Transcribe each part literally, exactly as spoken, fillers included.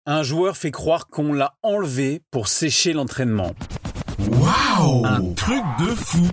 Un joueur fait croire qu'on l'a enlevé pour sécher l'entraînement. Waouh! Un truc de fou!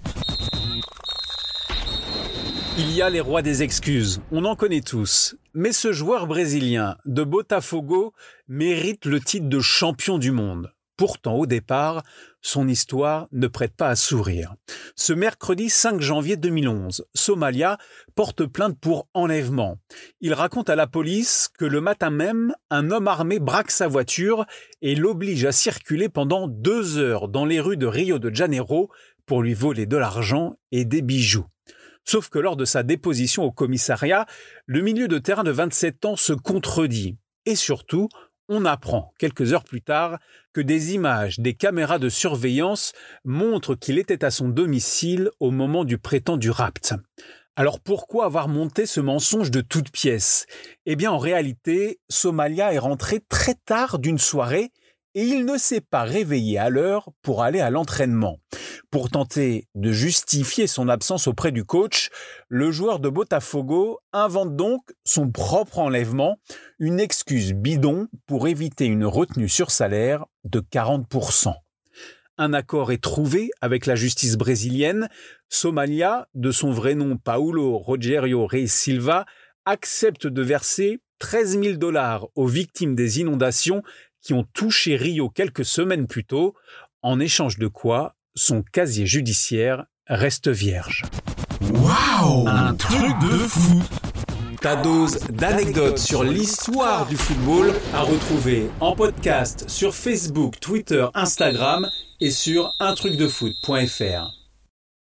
Il y a les rois des excuses, on en connaît tous. Mais ce joueur brésilien de Botafogo mérite le titre de champion du monde. Pourtant, au départ, son histoire ne prête pas à sourire. Ce mercredi cinq janvier deux mille onze, Somalia porte plainte pour enlèvement. Il raconte à la police que le matin même, un homme armé braque sa voiture et l'oblige à circuler pendant deux heures dans les rues de Rio de Janeiro pour lui voler de l'argent et des bijoux. Sauf que lors de sa déposition au commissariat, le milieu de terrain de vingt-sept ans se contredit. Et surtout, on apprend, quelques heures plus tard, que des images des caméras de surveillance montrent qu'il était à son domicile au moment du prétendu rapt. Alors pourquoi avoir monté ce mensonge de toutes pièces ? Eh bien en réalité, Somalia est rentré très tard d'une soirée et il ne s'est pas réveillé à l'heure pour aller à l'entraînement. Pour tenter de justifier son absence auprès du coach, le joueur de Botafogo invente donc son propre enlèvement, une excuse bidon pour éviter une retenue sur salaire de quarante pour cent. Un accord est trouvé avec la justice brésilienne. Somalia, de son vrai nom Paulo Rogério Reis Silva, accepte de verser treize mille dollars aux victimes des inondations qui ont touché Rio quelques semaines plus tôt, en échange de quoi son casier judiciaire reste vierge. Waouh! Un truc de fou! Ta dose d'anecdotes sur l'histoire du football à retrouver en podcast sur Facebook, Twitter, Instagram et sur un truc de foot point f r.